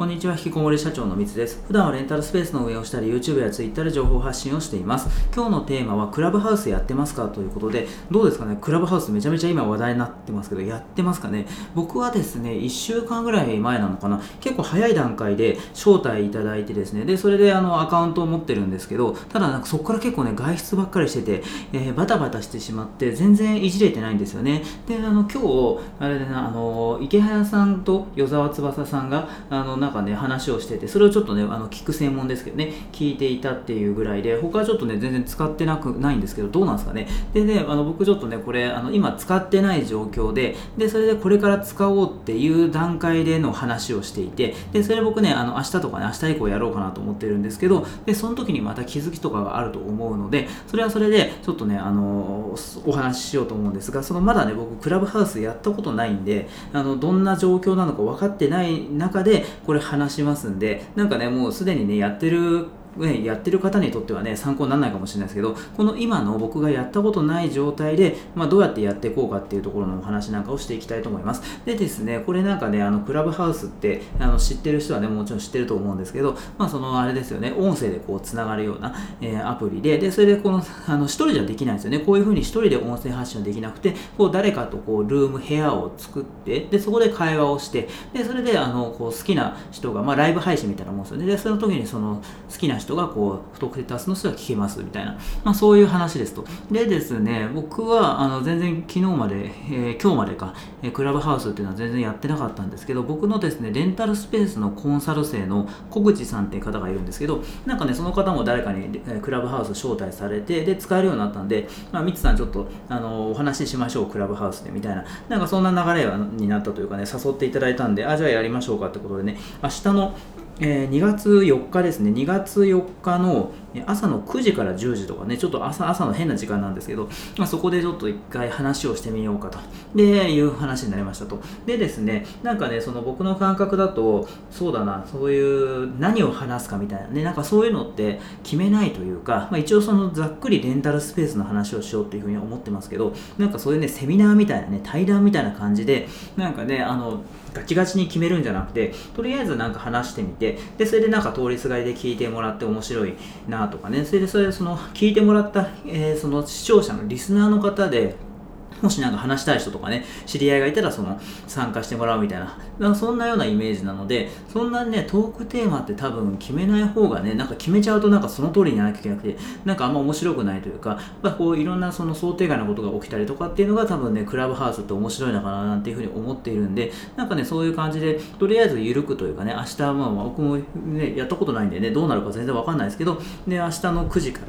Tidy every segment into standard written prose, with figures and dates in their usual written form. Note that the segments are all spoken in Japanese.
こんにちは、引きこもり社長のみつです。普段はレンタルスペースの運営をしたり、YouTube や Twitter で情報発信をしています。今日のテーマは、クラブハウスやってますかということで、どうですかね、クラブハウスめちゃめちゃ今話題になってますけど、やってますかね。僕はですね、1週間ぐらい前なのかな、結構早い段階で招待いただいてですね、で、それでアカウントを持ってるんですけど、ただなんかそこから結構ね、外出ばっかりしてて、バタバタしてしまって、全然いじれてないんですよね。で、今日、あれでな、池早さんと与沢翼さんが、なんかね、話をしてて、それをちょっとね、聞く専門ですけどね、聞いていたっていうぐらいで、他はちょっとね、全然使ってないんですけど、どうなんですかね。でね、僕ちょっとね、これ、今使ってない状況で、それでこれから使おうっていう段階での話をしていて、で、それ僕ね、明日とかね、明日以降やろうかなと思ってるんですけど、で、その時にまた気づきとかがあると思うので、それはそれで、ちょっとね、お話ししようと思うんですが、まだね、僕、クラブハウスやったことないんで、どんな状況なのか分かってない中で、これ話しますんで、なんかね、もうすでにね、やってる方にとってはね、参考にならないかもしれないですけど、この今の僕がやったことない状態で、どうやってやっていこうかっていうところのお話なんかをしていきたいと思います。でですね、これなんかね、クラブハウスって、知ってる人はね、もちろん知ってると思うんですけど、あれですよね、音声でこう、つながるような、アプリで、それでこの、一人じゃできないんですよね。こういう風に一人で音声発信はできなくて、こう、誰かとこう、部屋を作って、で、そこで会話をして、で、それで、こう、好きな人が、ライブ配信みたいなもんですよね。で、その時に好きな人がこう不特定多数の人が聞けますみたいな、そういう話ですと。でですね、僕は全然昨日まで、今日までか、クラブハウスっていうのは全然やってなかったんですけど、僕のですね、レンタルスペースのコンサル生の小口さんっていう方がいるんですけど、なんかね、その方も誰かにクラブハウス招待されて、で、使えるようになったんで、みつさんちょっとお話ししましょう、クラブハウスでみたいな、なんかそんな流れになったというかね、誘っていただいたんで、じゃあやりましょうかってことでね、明日の2月4日ですね、2月4日の朝の9時から10時とかね、ちょっと朝の変な時間なんですけど、そこでちょっと一回話をしてみようかと、いう話になりましたと。でですね、なんかね、僕の感覚だと、そうだな、そういう何を話すかみたいなね、なんかそういうのって決めないというか、一応ざっくりレンタルスペースの話をしようっていうふうに思ってますけど、なんかそういうね、セミナーみたいなね、対談みたいな感じで、なんかね、ガチガチに決めるんじゃなくて、とりあえずなんか話してみて、で、それでなんか通りすがりで聞いてもらって面白いなとかね、それで聞いてもらった、その視聴者のリスナーの方で、もしなんか話したい人とかね、知り合いがいたら参加してもらうみたいな、そんなようなイメージなので、そんなね、トークテーマって多分決めない方がね、なんか決めちゃうとなんかその通りにやらなきゃいけなくて、なんかあんま面白くないというか、こういろんな想定外のことが起きたりとかっていうのが多分ね、クラブハウスって面白いのかななんていうふうに思っているんで、なんかね、そういう感じで、とりあえず緩くというかね、明日僕もね、やったことないんでね、どうなるか全然わかんないですけど、で、明日の9時から、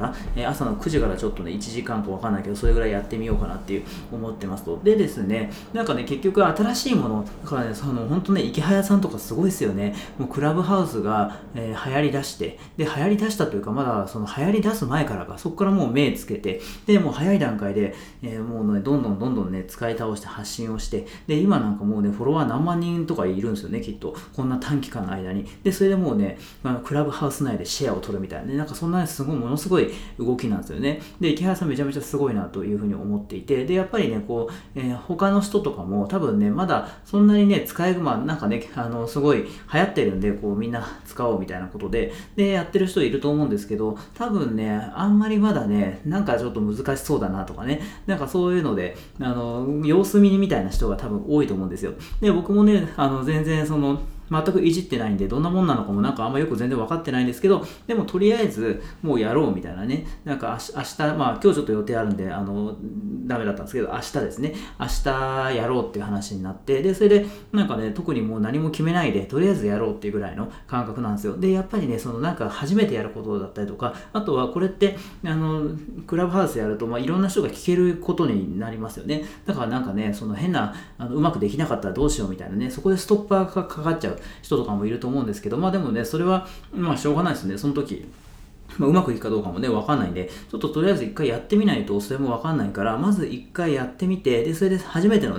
朝の9時からちょっとね、1時間かわかんないけど、それぐらいやってみようかなっていう思ってますと。でですね、なんかね、結局新しいものだからね、本当ね、池早さんとかすごいですよね。もうクラブハウスが、流行り出して、で、流行り出したというか、まだ流行り出す前からか、そこからもう目つけて、で、もう早い段階で、もうね、どんどんね、使い倒して発信をして、で、今なんかもうね、フォロワー何万人とかいるんですよね、きっと。こんな短期間の間に。で、それでもうね、クラブハウス内でシェアを取るみたいなね、なんかそんなね、ものすごい動きなんですよね。で、池早さんめちゃめちゃすごいなというふうに思っていて、で、やっぱりね、こう、他の人とかも多分ね、まだそんなにね、使える、なんかね、すごい流行ってるんで、こう、みんな使おうみたいなことで、やってる人いると思うんですけど、多分ね、あんまりまだね、なんかちょっと難しそうだなとかね、なんかそういうので、様子見みたいな人が多分多いと思うんですよ。で、僕もね、全然全くいじってないんで、どんなもんなのかもなんかあんまよく全然分かってないんですけど、でもとりあえずもうやろうみたいなね、なんか明日、今日ちょっと予定あるんで、ダメだったんですけど、明日ですね、明日やろうっていう話になって、で、それでなんかね、特にもう何も決めないで、とりあえずやろうっていうぐらいの感覚なんですよ。で、やっぱりね、なんか初めてやることだったりとか、あとはこれって、クラブハウスやると、いろんな人が聞けることになりますよね。だからなんかね、変な、うまくできなかったらどうしようみたいなね、そこでストッパーがかかっちゃう人とかもいると思うんですけど、でもね、それはしょうがないですね。その時うまくいくかどうかもね、わかんないんで、ちょっととりあえず一回やってみないとそれもわかんないから、まず一回やってみて、で、それで初めてのね、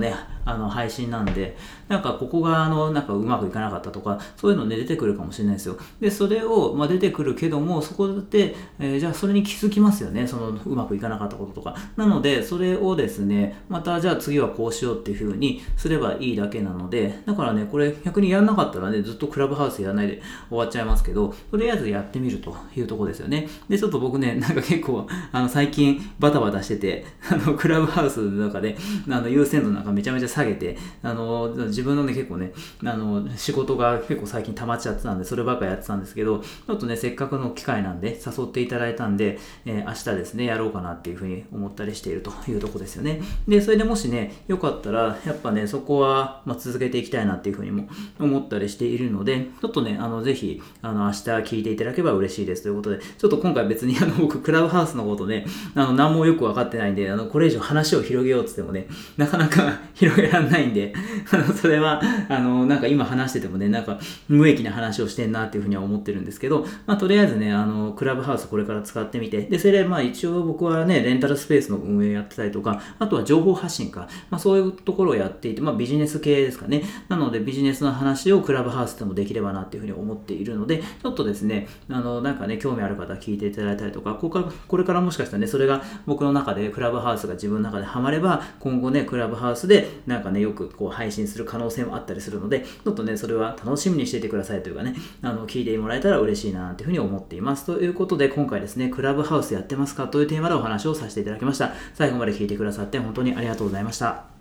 配信なんで、なんかここがなんかうまくいかなかったとか、そういうのね出てくるかもしれないですよ。でそれを、出てくるけども、そこで、じゃあそれに気づきますよね、そのうまくいかなかったこととか。なのでそれをですね、またじゃあ次はこうしようっていう風にすればいいだけなので、だからねこれ逆にやんなかったらね、ずっとクラブハウスやらないで終わっちゃいますけど、とりあえずやってみるというところですよね。でちょっと僕ね、なんか結構最近バタバタしてて、クラブハウスの中で優先度なんかめちゃめちゃ下げて、自分のね結構ね仕事が結構最近溜まっちゃってたんで、そればっかやってたんですけど、ちょっとねせっかくの機会なんで誘っていただいたんで、明日ですねやろうかなっていうふうに思ったりしているというところですよね。でそれでもしねよかったらやっぱねそこは続けていきたいなっていうふうにも思ったりしているので、ちょっとねぜひ明日聞いていただければ嬉しいですということで、ちょっと今回別に僕クラブハウスのことね何もよく分かってないんで、これ以上話を広げようっつってもねなかなか広げられないんでそれはなんか今話しててもねなんか無益な話をしてんなっていうふうには思ってるんですけど、とりあえずねクラブハウスこれから使ってみて、でそれで一応僕はねレンタルスペースの運営やってたりとか、あとは情報発信か、そういうところをやっていて、ビジネス系ですかね。なのでビジネスの話をクラブハウスでもできればなっていうふうに思っているので、ちょっとですねなんかね興味ある方は聞いていただいたりとか、これからもしかしたらねそれが僕の中でクラブハウスが自分の中でハマれば、今後ねクラブハウスでなんかねよくこう配信する可能性もあったりするので、ちょっとねそれは楽しみにしていてくださいというかね、聞いてもらえたら嬉しいなというふうに思っています。ということで今回ですね、クラブハウスやってますかというテーマでお話をさせていただきました。最後まで聞いてくださって本当にありがとうございました。